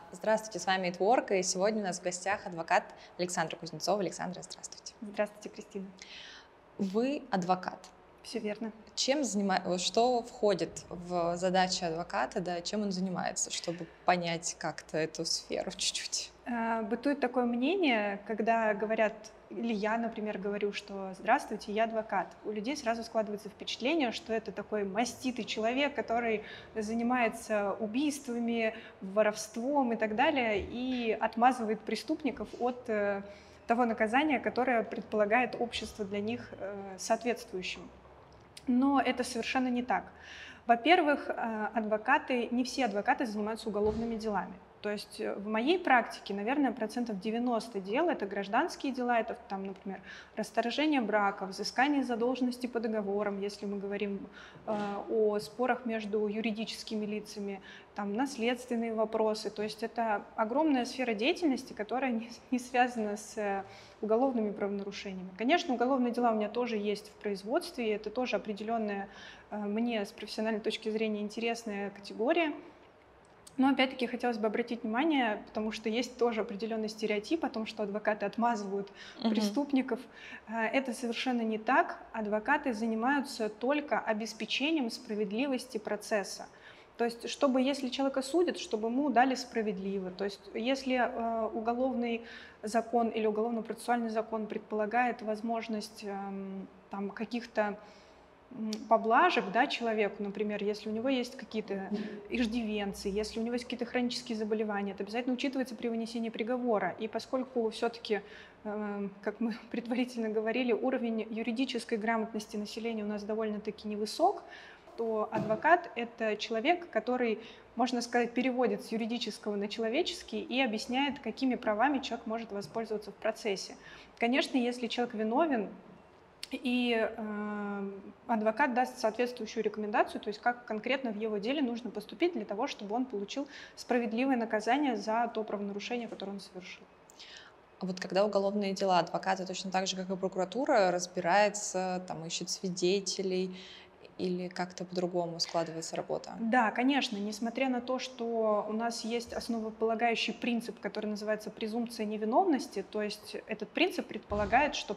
Здравствуйте, с вами Итворк, и сегодня у нас в гостях адвокат Александра Кузнецова. Александра, здравствуйте. Здравствуйте, Кристина. Вы адвокат. Все верно. Что входит в задачи адвоката, да, чем он занимается, чтобы понять как-то эту сферу чуть-чуть? Бытует такое мнение, когда говорят, или я, например, говорю, что «здравствуйте, я адвокат». У людей сразу складывается впечатление, что это такой маститый человек, который занимается убийствами, воровством и так далее, и отмазывает преступников от того наказания, которое предполагает общество для них соответствующим. Но это совершенно не так. Во-первых, не все адвокаты занимаются уголовными делами. То есть в моей практике, наверное, процентов 90 дел — это гражданские дела, это, там, например, расторжение брака, взыскание задолженности по договорам, если мы говорим о спорах между юридическими лицами, там, наследственные вопросы. То есть это огромная сфера деятельности, которая не связана с уголовными правонарушениями. Конечно, уголовные дела у меня тоже есть в производстве, это тоже определенная мне с профессиональной точки зрения интересная категория. Но опять-таки хотелось бы обратить внимание, потому что есть тоже определенный стереотип о том, что адвокаты отмазывают преступников. Это совершенно не так. Адвокаты занимаются только обеспечением справедливости процесса. То есть, чтобы, если человека судят, чтобы ему дали справедливо. То есть, если уголовный закон или уголовно-процессуальный закон предполагает возможность там, каких-то поблажек, да, человеку, например, если у него есть какие-то иждивенцы, если у него есть какие-то хронические заболевания, это обязательно учитывается при вынесении приговора. И поскольку все-таки, как мы предварительно говорили, уровень юридической грамотности населения у нас довольно-таки невысок, то адвокат — это человек, который, можно сказать, переводит с юридического на человеческий и объясняет, какими правами человек может воспользоваться в процессе. Конечно, если человек виновен, и адвокат даст соответствующую рекомендацию, то есть как конкретно в его деле нужно поступить для того, чтобы он получил справедливое наказание за то правонарушение, которое он совершил. А вот когда уголовные дела, адвокаты точно так же, как и прокуратура, разбирается, там, ищет свидетелей или как-то по-другому складывается работа? Да, конечно, несмотря на то, что у нас есть основополагающий принцип, который называется презумпция невиновности, то есть этот принцип предполагает, что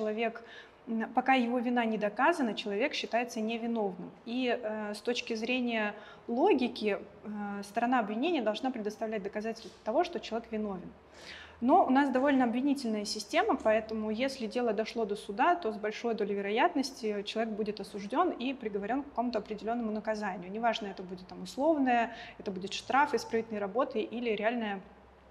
пока его вина не доказана, человек считается невиновным. И с точки зрения логики сторона обвинения должна предоставлять доказательства того, что человек виновен. Но у нас довольно обвинительная система, поэтому если дело дошло до суда, то с большой долей вероятности человек будет осужден и приговорен к какому-то определенному наказанию. Неважно, это будет там условное, это будет штраф, исправительной работы или реальное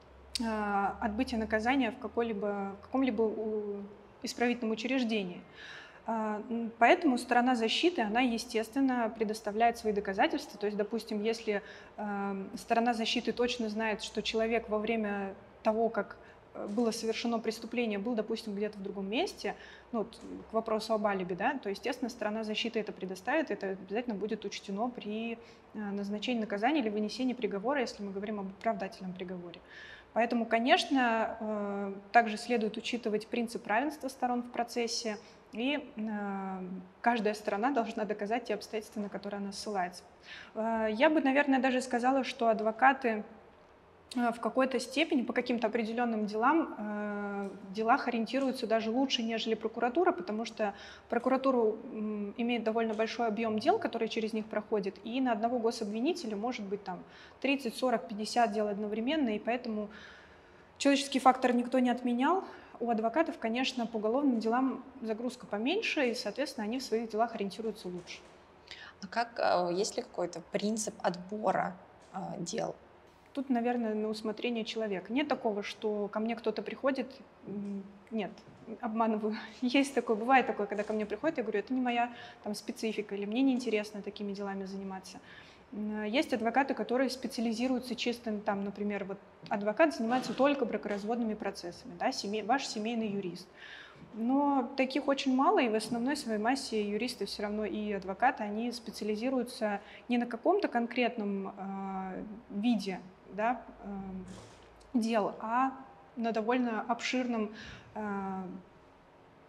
отбытие наказания в каком-либо исправительном учреждении. Поэтому сторона защиты, она, естественно, предоставляет свои доказательства. То есть, допустим, если сторона защиты точно знает, что человек во время того, как было совершено преступление, был, допустим, где-то в другом месте, ну, вот, к вопросу об алиби, да, то, естественно, сторона защиты это предоставит, это обязательно будет учтено при назначении наказания или вынесении приговора, если мы говорим об оправдательном приговоре. Поэтому, конечно, также следует учитывать принцип равенства сторон в процессе, и каждая сторона должна доказать те обстоятельства, на которые она ссылается. Я бы, наверное, даже сказала, что адвокаты в какой-то степени по каким-то определенным делам в делах ориентируются даже лучше, нежели прокуратура, потому что прокуратура имеет довольно большой объем дел, который через них проходит, и на одного гособвинителя может быть там 30, 40, 50 дел одновременно, и поэтому человеческий фактор никто не отменял. У адвокатов, конечно, по уголовным делам загрузка поменьше, и, соответственно, они в своих делах ориентируются лучше. Есть ли какой-то принцип отбора дел? Тут, наверное, на усмотрение человека. Нет такого, что ко мне кто-то приходит. Нет, обманываю. Есть такое, бывает такое, когда ко мне приходит, я говорю, это не моя там специфика, или мне неинтересно такими делами заниматься. Есть адвокаты, которые специализируются чисто, там, например, вот адвокат занимается только бракоразводными процессами, да, ваш семейный юрист. Но таких очень мало, и в основной своей массе юристы все равно и адвокаты, они специализируются не на каком-то конкретном виде, да, дел, а на довольно обширном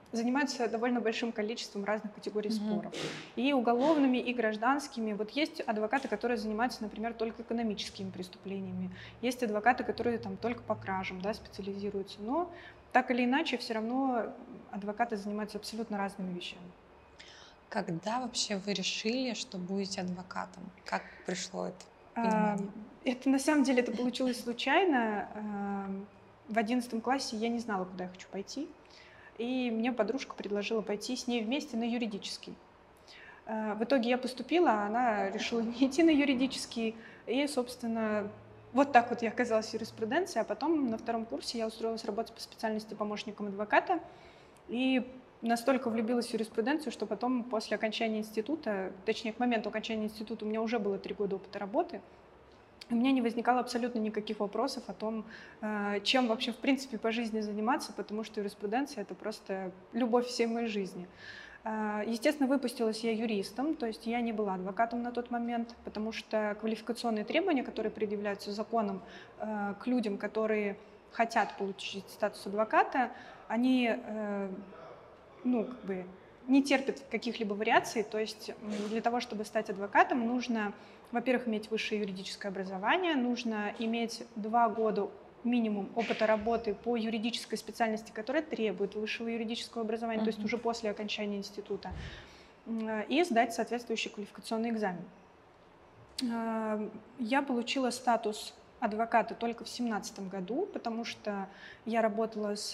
занимаются довольно большим количеством разных категорий споров. И уголовными, и гражданскими. Вот есть адвокаты, которые занимаются, например, только экономическими преступлениями. Есть адвокаты, которые там только по кражам, да, специализируются. Но так или иначе, все равно адвокаты занимаются абсолютно разными вещами. Когда вообще вы решили, что будете адвокатом? Как пришло это понимание? Это на самом деле это получилось случайно. В 11 классе я не знала, куда я хочу пойти. И мне подружка предложила пойти с ней вместе на юридический. В итоге я поступила, а она решила не идти на юридический. И, собственно, вот так вот я оказалась в юриспруденции. А потом на 2 курсе я устроилась работать по специальности помощником адвоката. И настолько влюбилась в юриспруденцию, что потом после окончания института, точнее, к моменту окончания института у меня уже было 3 года опыта работы, у меня не возникало абсолютно никаких вопросов о том, чем вообще в принципе по жизни заниматься, потому что юриспруденция — это просто любовь всей моей жизни. Естественно, выпустилась я юристом, то есть я не была адвокатом на тот момент, потому что квалификационные требования, которые предъявляются законом к людям, которые хотят получить статус адвоката, они не терпят каких-либо вариаций. То есть для того, чтобы стать адвокатом, нужно, во-первых, иметь высшее юридическое образование, нужно иметь 2 года минимум опыта работы по юридической специальности, которая требует высшего юридического образования, то есть уже после окончания института, и сдать соответствующий квалификационный экзамен. Я получила статус адвоката только в 2017 году, потому что я работала с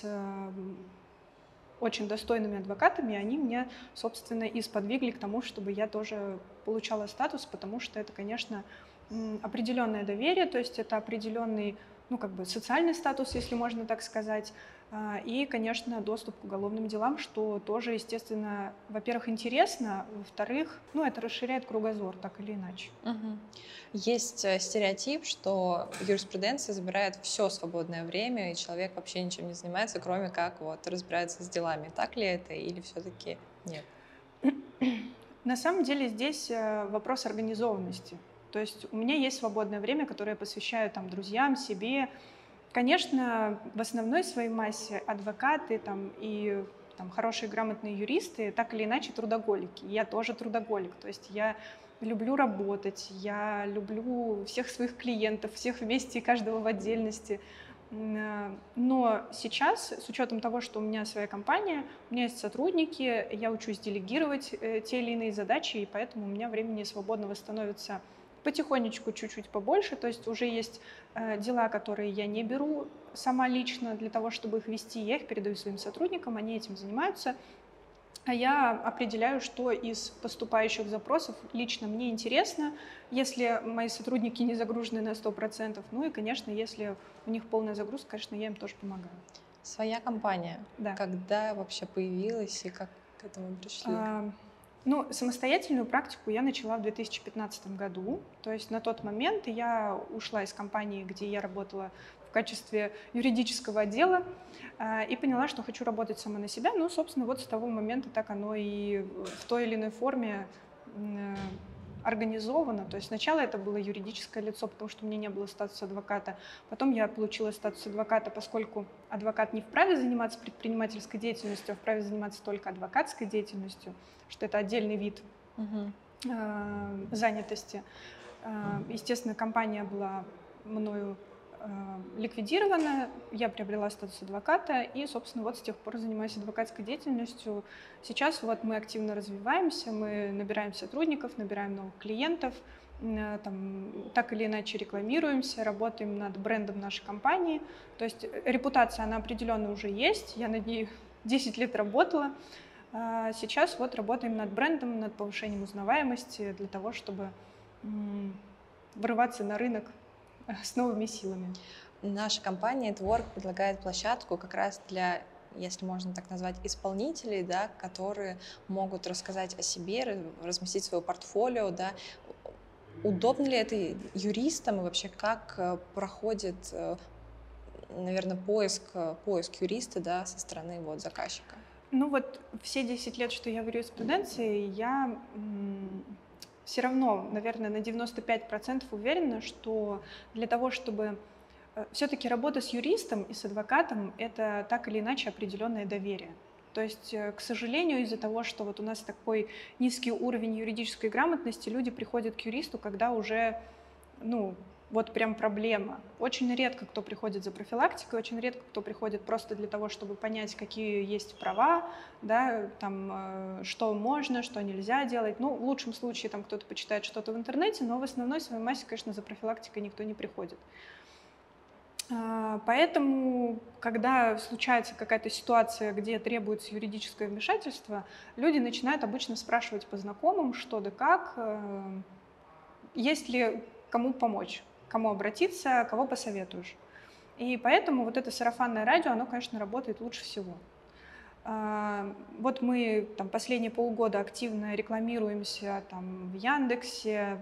очень достойными адвокатами, и они меня, собственно, и сподвигли к тому, чтобы я тоже получала статус, потому что это, конечно, определенное доверие, то есть это определенный, социальный статус, если можно так сказать, и, конечно, доступ к уголовным делам, что тоже, естественно, во-первых, интересно, во-вторых, это расширяет кругозор, так или иначе. Есть стереотип, что юриспруденция забирает все свободное время, и человек вообще ничем не занимается, кроме как разбирается с делами. Так ли это или все-таки нет? На самом деле здесь вопрос организованности. То есть у меня есть свободное время, которое я посвящаю друзьям, себе. Конечно, в основной своей массе адвокаты и хорошие грамотные юристы так или иначе трудоголики. Я тоже трудоголик. То есть я люблю работать, я люблю всех своих клиентов, всех вместе и каждого в отдельности. Но сейчас, с учетом того, что у меня своя компания, у меня есть сотрудники, я учусь делегировать те или иные задачи, и поэтому у меня времени свободного становится потихонечку чуть-чуть побольше. То есть уже есть дела, которые я не беру сама лично для того, чтобы их вести, я их передаю своим сотрудникам, они этим занимаются. А я определяю, что из поступающих запросов лично мне интересно, если мои сотрудники не загружены на 100%. Ну и, конечно, если у них полная загрузка, конечно, я им тоже помогаю. Своя компания? Да. Когда вообще появилась и как к этому пришли? Самостоятельную практику я начала в 2015 году. То есть на тот момент я ушла из компании, где я работала в качестве юридического отдела, и поняла, что хочу работать сама на себя. Собственно, вот с того момента так оно и в той или иной форме организовано. То есть сначала это было юридическое лицо, потому что у меня не было статуса адвоката. Потом я получила статус адвоката, поскольку адвокат не вправе заниматься предпринимательской деятельностью, а вправе заниматься только адвокатской деятельностью, что это отдельный вид занятости. Естественно, компания была мною ликвидирована, я приобрела статус адвоката и, собственно, вот с тех пор занимаюсь адвокатской деятельностью. Сейчас мы активно развиваемся, мы набираем сотрудников, набираем новых клиентов, так или иначе рекламируемся, работаем над брендом нашей компании. То есть репутация, она определенно уже есть, я над ней 10 лет работала. Сейчас работаем над брендом, над повышением узнаваемости для того, чтобы врываться на рынок с новыми силами. Наша компания Network предлагает площадку как раз для, если можно так назвать, исполнителей, да, которые могут рассказать о себе, разместить свое портфолио. Да. Удобно ли это юристам и вообще как проходит, наверное, поиск юриста, да, со стороны заказчика? Все 10 лет, что я в юриспруденции, я все равно, наверное, на 95% уверена, что для того, чтобы все-таки работа с юристом и с адвокатом — это так или иначе определенное доверие. То есть, к сожалению, из-за того, что вот у нас такой низкий уровень юридической грамотности, люди приходят к юристу, когда уже, ну, вот прям проблема. Очень редко кто приходит за профилактикой, очень редко кто приходит просто для того, чтобы понять, какие есть права, да, там, что можно, что нельзя делать. Ну, в лучшем случае там кто-то почитает что-то в интернете, но в основной своей массе, конечно, за профилактикой никто не приходит. Поэтому, когда случается какая-то ситуация, где требуется юридическое вмешательство, люди начинают обычно спрашивать по знакомым, что да как, есть ли кому помочь, кому обратиться, кого посоветуешь. И поэтому вот это сарафанное радио, оно, конечно, работает лучше всего. Вот мы там последние полгода активно рекламируемся там в Яндексе,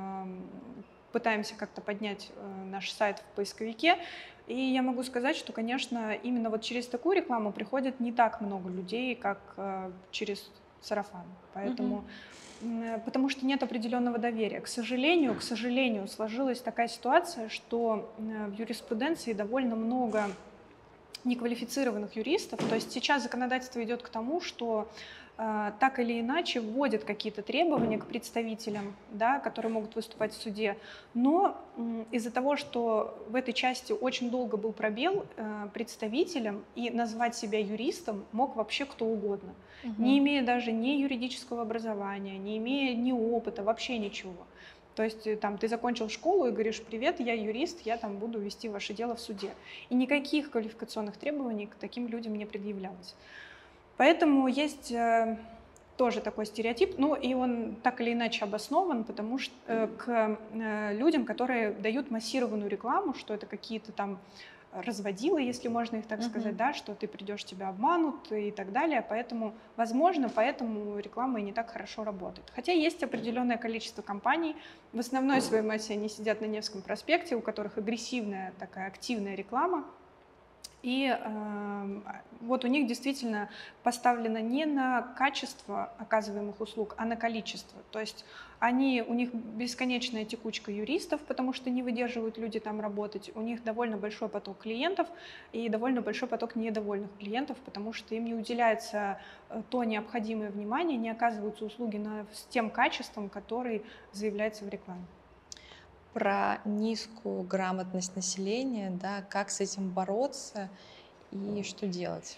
пытаемся как-то поднять наш сайт в поисковике. И я могу сказать, что, конечно, именно вот через такую рекламу приходит не так много людей, как через сарафан. Поэтому, потому что нет определенного доверия. К сожалению, сложилась такая ситуация, что в юриспруденции довольно много неквалифицированных юристов. То есть сейчас законодательство идет к тому, что так или иначе вводят какие-то требования к представителям, да, которые могут выступать в суде. Но из-за того, что в этой части очень долго был пробел, представителем и назвать себя юристом мог вообще кто угодно, не имея даже ни юридического образования, не имея ни опыта, вообще ничего. То есть там ты закончил школу и говоришь: привет, я юрист, я там буду вести ваше дело в суде. И никаких квалификационных требований к таким людям не предъявлялось. Поэтому есть тоже такой стереотип, ну и он так или иначе обоснован, потому что к людям, которые дают массированную рекламу, что это какие-то там разводилы, если можно их так сказать, да, что ты придешь, тебя обманут и так далее. Поэтому, возможно, поэтому реклама и не так хорошо работает. Хотя есть определенное количество компаний, в основной своей массе они сидят на Невском проспекте, у которых агрессивная такая активная реклама. И вот у них действительно поставлено не на качество оказываемых услуг, а на количество. То есть у них бесконечная текучка юристов, потому что не выдерживают люди там работать. У них довольно большой поток клиентов и довольно большой поток недовольных клиентов, потому что им не уделяется то необходимое внимание, не оказываются услуги с тем качеством, который заявляется в рекламе. Про низкую грамотность населения, да, как с этим бороться и что делать?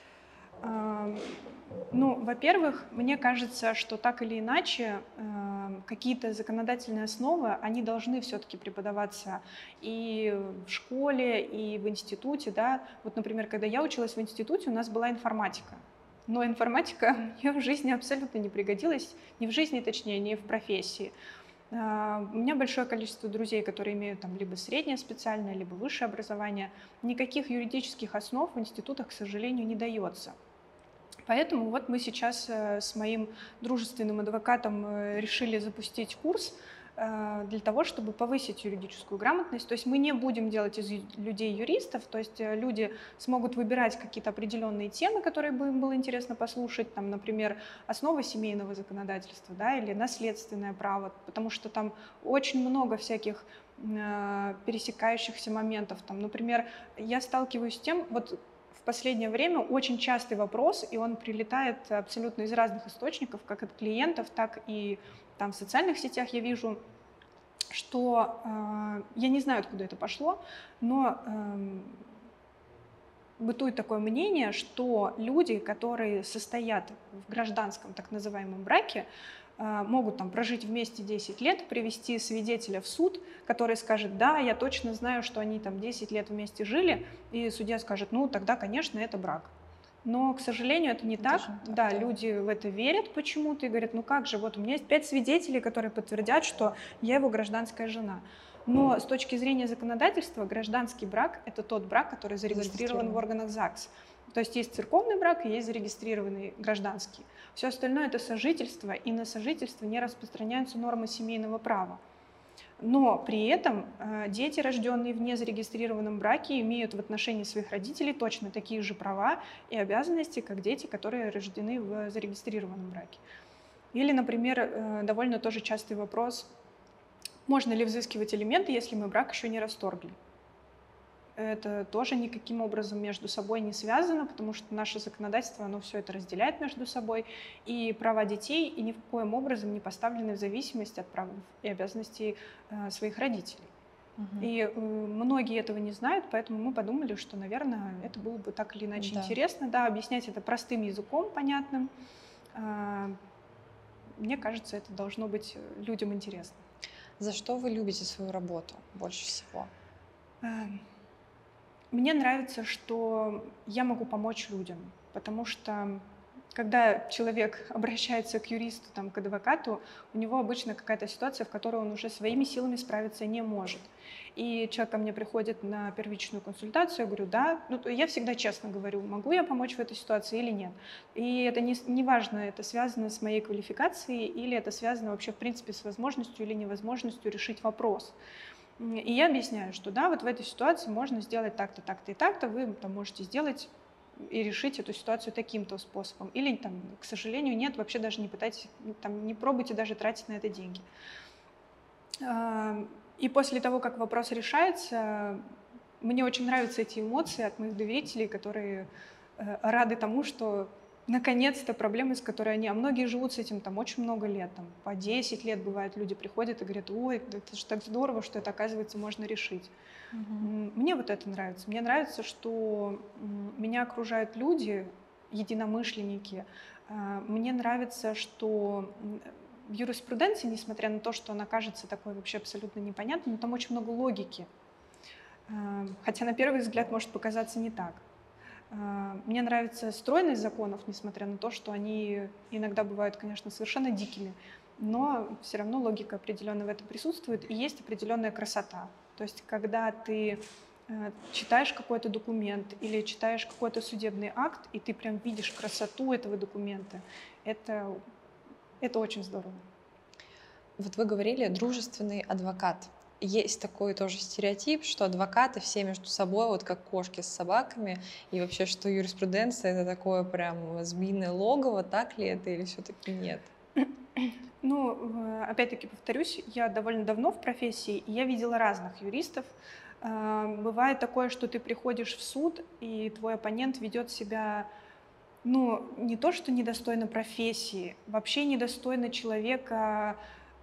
Ну, во-первых, мне кажется, что так или иначе какие-то законодательные основы, они должны все-таки преподаваться и в школе, и в институте, да. Вот, например, когда я училась в институте, у нас была информатика. Но информатика мне в жизни абсолютно не пригодилась, не в жизни, точнее, не в профессии. У меня большое количество друзей, которые имеют там либо среднее специальное, либо высшее образование. Никаких юридических основ в институтах, к сожалению, не дается. Поэтому вот мы сейчас с моим дружественным адвокатом решили запустить курс для того, чтобы повысить юридическую грамотность. То есть мы не будем делать из людей юристов, то есть люди смогут выбирать какие-то определенные темы, которые бы им было интересно послушать, там, например, основы семейного законодательства, да, или наследственное право, потому что там очень много всяких пересекающихся моментов. Там, например, я сталкиваюсь с тем, вот в последнее время очень частый вопрос, и он прилетает абсолютно из разных источников, как от клиентов, так и там в социальных сетях я вижу, что я не знаю, откуда это пошло, но бытует такое мнение, что люди, которые состоят в гражданском так называемом браке, могут там прожить вместе 10 лет, привести свидетеля в суд, который скажет: да, я точно знаю, что они там 10 лет вместе жили, и судья скажет: ну, тогда, конечно, это брак. Но, к сожалению, это не так. Да, люди в это верят почему-то и говорят: ну как же, вот у меня есть 5 свидетелей, которые подтвердят, что я его гражданская жена. Но с точки зрения законодательства гражданский брак – это тот брак, который зарегистрирован в органах ЗАГС. То есть есть церковный брак и есть зарегистрированный гражданский. Все остальное – это сожительство, и на сожительство не распространяются нормы семейного права. Но при этом дети, рожденные в незарегистрированном браке, имеют в отношении своих родителей точно такие же права и обязанности, как дети, которые рождены в зарегистрированном браке. Или, например, довольно тоже частый вопрос: можно ли взыскивать алименты, если мы брак еще не расторгли? Это тоже никаким образом между собой не связано, потому что наше законодательство, оно все это разделяет между собой, и права детей и ни в коем образом не поставлены в зависимость от прав и обязанностей своих родителей. И многие этого не знают, поэтому мы подумали, что, наверное, это было бы так или иначе интересно, да, объяснять это простым языком, понятным. Мне кажется, это должно быть людям интересно. За что вы любите свою работу больше всего? Мне нравится, что я могу помочь людям, потому что когда человек обращается к юристу, там, к адвокату, у него обычно какая-то ситуация, в которой он уже своими силами справиться не может. И человек ко мне приходит на первичную консультацию, я говорю, да, ну, я всегда честно говорю, могу я помочь в этой ситуации или нет. И это не важно, это связано с моей квалификацией или это связано вообще в принципе с возможностью или невозможностью решить вопрос. И я объясняю, что да, вот в этой ситуации можно сделать так-то, так-то и так-то, вы там можете сделать и решить эту ситуацию таким-то способом. Или, там, к сожалению, нет, вообще даже не пытайтесь, там, не пробуйте даже тратить на это деньги. И после того, как вопрос решается, мне очень нравятся эти эмоции от моих доверителей, которые рады тому, что наконец-то проблемы, с которой они, а многие живут с этим там очень много лет, там, по 10 лет бывает, люди приходят и говорят, ой, это же так здорово, что это, оказывается, можно решить. Мне вот это нравится. Мне нравится, что меня окружают люди, единомышленники. Мне нравится, что в юриспруденции, несмотря на то, что она кажется такой вообще абсолютно непонятной, но там очень много логики. Хотя на первый взгляд может показаться не так. Мне нравится стройность законов, несмотря на то, что они иногда бывают, конечно, совершенно дикими, но все равно логика определенно в этом присутствует, и есть определенная красота. То есть, когда ты читаешь какой-то документ или читаешь какой-то судебный акт, и ты прям видишь красоту этого документа, это очень здорово. Вот вы говорили «дружественный адвокат». Есть такой тоже стереотип, что адвокаты все между собой вот как кошки с собаками, и вообще, что юриспруденция — это такое прям змеиное логово, так ли это или все-таки нет? Ну, опять-таки повторюсь, я довольно давно в профессии, и я видела разных юристов. Бывает такое, что ты приходишь в суд, и твой оппонент ведет себя, ну, не то что недостойно профессии, вообще недостойно человека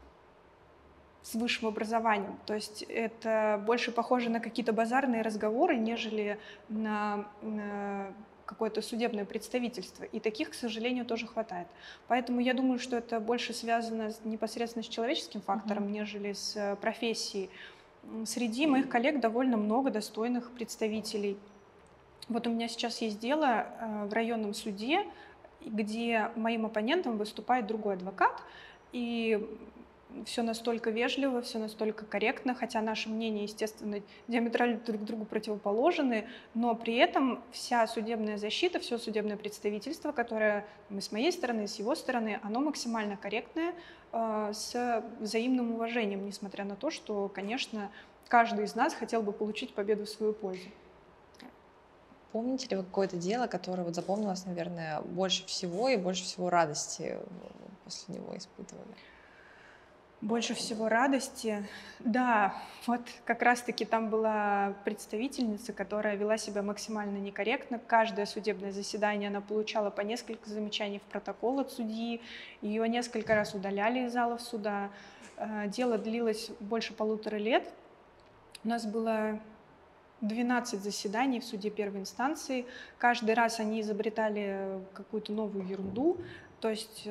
с высшим образованием. То есть это больше похоже на какие-то базарные разговоры, нежели на какое-то судебное представительство. И таких, к сожалению, тоже хватает. Поэтому я думаю, что это больше связано непосредственно с человеческим фактором, нежели с профессией. Среди моих коллег довольно много достойных представителей. Вот у меня сейчас есть дело в районном суде, где моим оппонентом выступает другой адвокат, и все настолько вежливо, все настолько корректно, хотя наши мнения, естественно, диаметрально друг другу противоположны, но при этом вся судебная защита, все судебное представительство, которое и с моей стороны, и с его стороны, оно максимально корректное, с взаимным уважением, несмотря на то, что, конечно, каждый из нас хотел бы получить победу в свою пользу. Помните ли вы какое-то дело, которое вот запомнилось, наверное, больше всего и больше всего радости после него испытывали? Больше всего радости. Да, вот как раз-таки там была представительница, которая вела себя максимально некорректно. Каждое судебное заседание она получала по несколько замечаний в протокол от судьи. Ее несколько раз удаляли из залов суда. Дело длилось больше 1,5 лет. У нас было 12 заседаний в суде первой инстанции. Каждый раз они изобретали какую-то новую ерунду. То есть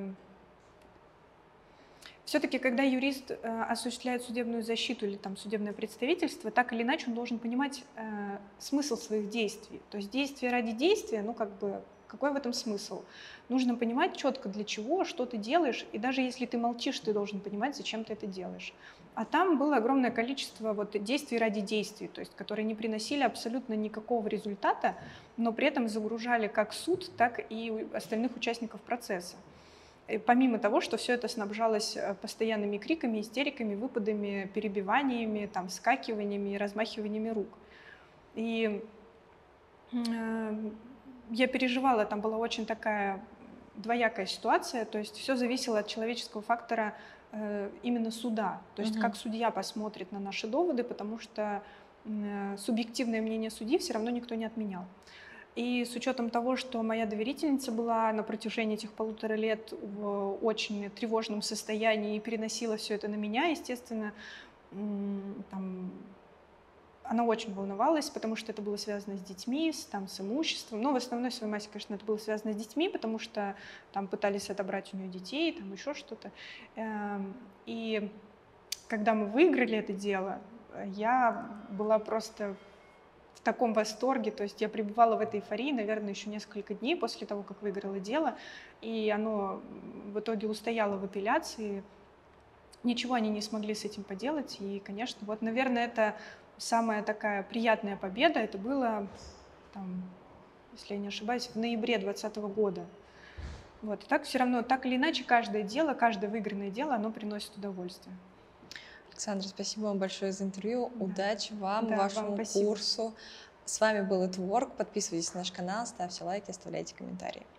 все-таки, когда юрист осуществляет судебную защиту или там, судебное представительство, так или иначе он должен понимать смысл своих действий. То есть действие ради действия, ну как бы, какой в этом смысл? Нужно понимать четко для чего, что ты делаешь, и даже если ты молчишь, ты должен понимать, зачем ты это делаешь. А там было огромное количество вот, действий ради действий, то есть, которые не приносили абсолютно никакого результата, но при этом загружали как суд, так и остальных участников процесса. И помимо того, что все это снабжалось постоянными криками, истериками, выпадами, перебиваниями, там, вскакиваниями и размахиваниями рук. И я переживала, там была очень такая двоякая ситуация, то есть все зависело от человеческого фактора именно суда, то есть как судья посмотрит на наши доводы, потому что субъективное мнение судьи все равно никто не отменял. И с учетом того, что моя доверительница была на протяжении этих 1,5 лет в очень тревожном состоянии и переносила все это на меня, естественно, там, она очень волновалась, потому что это было связано с детьми, с имуществом. Но в основной своей массе, конечно, это было связано с детьми, потому что там пытались отобрать у нее детей, там еще что-то. И когда мы выиграли это дело, я была просто в таком восторге, то есть я пребывала в этой эйфории, наверное, еще несколько дней после того, как выиграла дело, и оно в итоге устояло в апелляции. Ничего они не смогли с этим поделать, и, конечно, вот, наверное, это самая такая приятная победа, это было, там, если я не ошибаюсь, в ноябре 2020 года. Вот, и так все равно, так или иначе, каждое дело, каждое выигранное дело, оно приносит удовольствие. Александра, спасибо вам большое за интервью. Да. Удачи вам, Да, вашему вам спасибо. курсу. С вами был It Work. Подписывайтесь на наш канал, ставьте лайки, оставляйте комментарии.